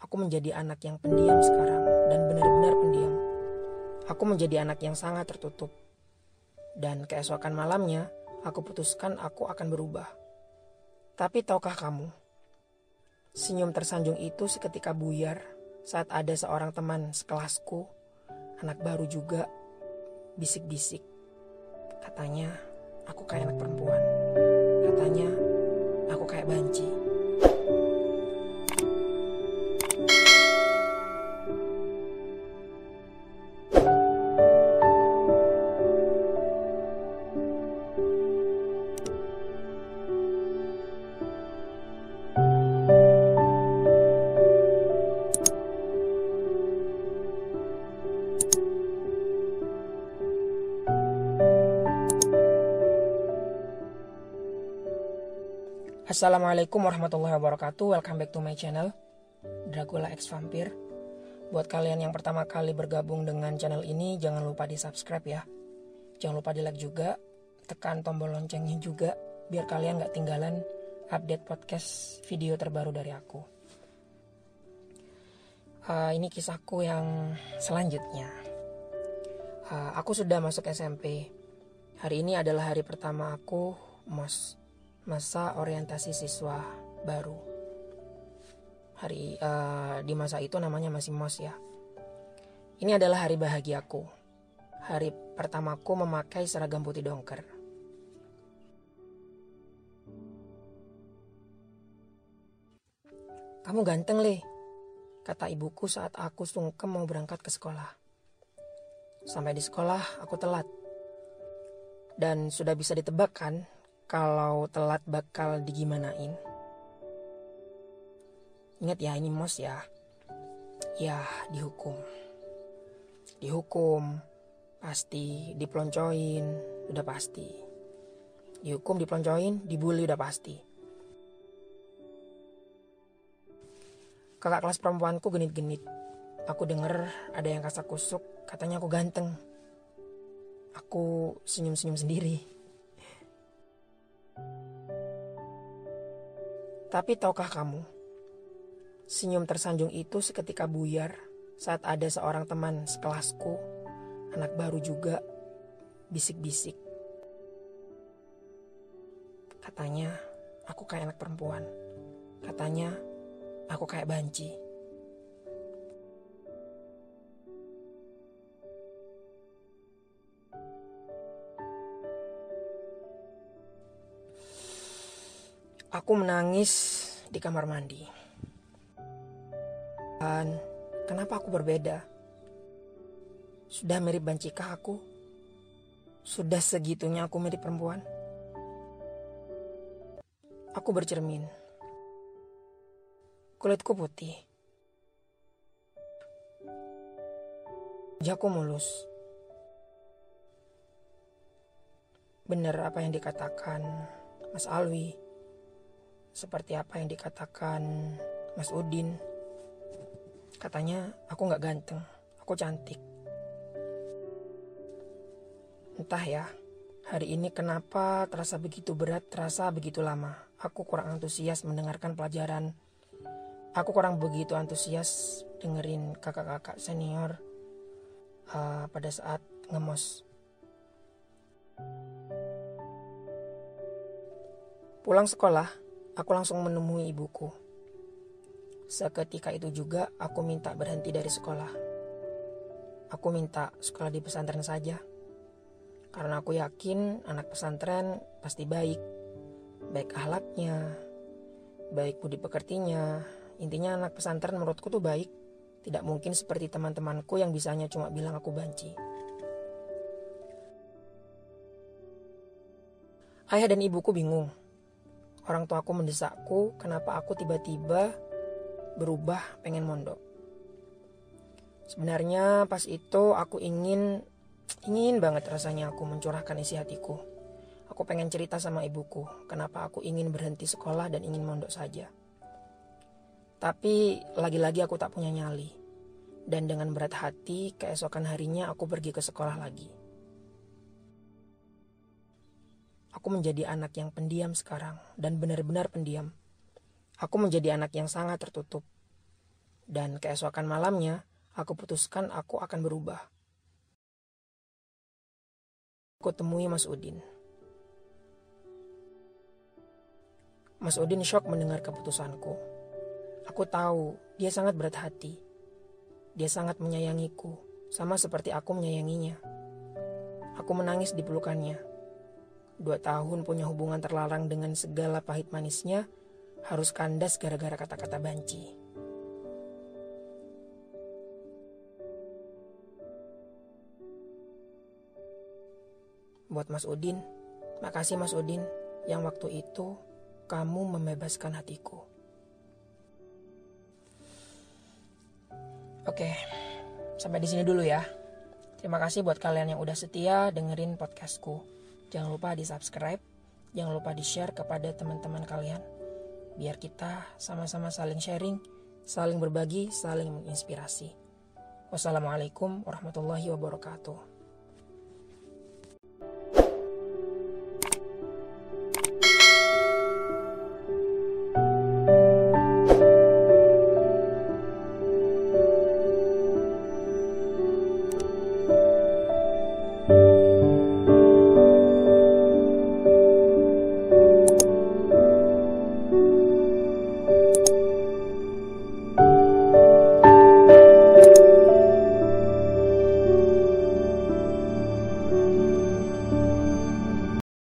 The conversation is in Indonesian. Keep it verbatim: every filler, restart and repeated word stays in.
Aku menjadi anak yang pendiam sekarang dan benar-benar pendiam. Aku menjadi anak yang sangat tertutup. Dan keesokan malamnya, aku putuskan aku akan berubah. Tapi tahukah kamu, senyum tersanjung itu seketika buyar saat ada seorang teman sekelasku, anak baru juga, bisik-bisik. Katanya, aku kayak anak perempuan. Katanya, aku kayak banci. Assalamualaikum warahmatullahi wabarakatuh. Welcome back to my channel Dracula X Vampire. Buat kalian yang pertama kali bergabung dengan channel ini, jangan lupa di subscribe ya. Jangan lupa di like juga, tekan tombol loncengnya juga, biar kalian gak tinggalan update podcast video terbaru dari aku. uh, Ini kisahku yang selanjutnya. uh, Aku sudah masuk S M P. Hari ini adalah hari pertama aku mos masa orientasi siswa baru. Hari uh, di masa itu namanya masih mos ya. Ini adalah hari bahagiaku. Hari pertamaku memakai seragam putih dongker. Kamu ganteng, Le, kata ibuku saat aku sungkem mau berangkat ke sekolah. Sampai di sekolah aku telat. Dan sudah bisa ditebak kan kalau telat bakal digimanain. Ingat ya, ini mos ya. Ya, dihukum. Dihukum, pasti. Diploncoin, udah pasti. Dihukum, diploncoin, dibully udah pasti. Kakak kelas perempuanku genit-genit. Aku denger ada yang kasak kusuk, katanya aku ganteng. Aku senyum-senyum sendiri. Tapi tahukah kamu, senyum tersanjung itu seketika buyar saat ada seorang teman sekelasku, anak baru juga, bisik-bisik. Katanya, aku kayak anak perempuan. Katanya, aku kayak banci. Aku menangis di kamar mandi. Dan kenapa aku berbeda? Sudah mirip bancikah aku? Sudah segitunya aku mirip perempuan? Aku bercermin. Kulitku putih. Wajahku mulus. Benar apa yang dikatakan Mas Alwi. Seperti apa yang dikatakan Mas Udin. Katanya aku gak ganteng, aku cantik. Entah ya, hari ini kenapa terasa begitu berat, terasa begitu lama. Aku kurang antusias mendengarkan pelajaran. Aku kurang begitu antusias dengerin kakak-kakak senior uh, pada saat ngemos. Pulang sekolah, aku langsung menemui ibuku. Seketika itu juga aku minta berhenti dari sekolah. Aku minta sekolah di pesantren saja. Karena aku yakin anak pesantren pasti baik. Baik akhlaknya, baik budi pekertinya. Intinya anak pesantren menurutku tuh baik. Tidak mungkin seperti teman-temanku yang bisanya cuma bilang aku banci. Ayah dan ibuku bingung. Orang tuaku mendesakku kenapa aku tiba-tiba berubah pengen mondok. Sebenarnya pas itu aku ingin, ingin banget rasanya aku mencurahkan isi hatiku. Aku pengen cerita sama ibuku kenapa aku ingin berhenti sekolah dan ingin mondok saja. Tapi lagi-lagi aku tak punya nyali. Dan dengan berat hati keesokan harinya aku pergi ke sekolah lagi. Aku menjadi anak yang pendiam sekarang dan benar-benar pendiam. Aku menjadi anak yang sangat tertutup. Dan keesokan malamnya, aku putuskan aku akan berubah. Aku temui Mas Udin. Mas Udin shock mendengar keputusanku. Aku tahu dia sangat berat hati. Dia sangat menyayangiku, sama seperti aku menyayanginya. Aku menangis di pelukannya. Dua tahun punya hubungan terlarang dengan segala pahit manisnya, harus kandas gara-gara kata-kata banci. Buat Mas Udin, makasih Mas Udin yang waktu itu kamu membebaskan hatiku. Oke, sampai di sini dulu ya. Terima kasih buat kalian yang udah setia dengerin podcastku. Jangan lupa di subscribe, jangan lupa di share kepada teman-teman kalian. Biar kita sama-sama saling sharing, saling berbagi, saling menginspirasi. Wassalamualaikum warahmatullahi wabarakatuh.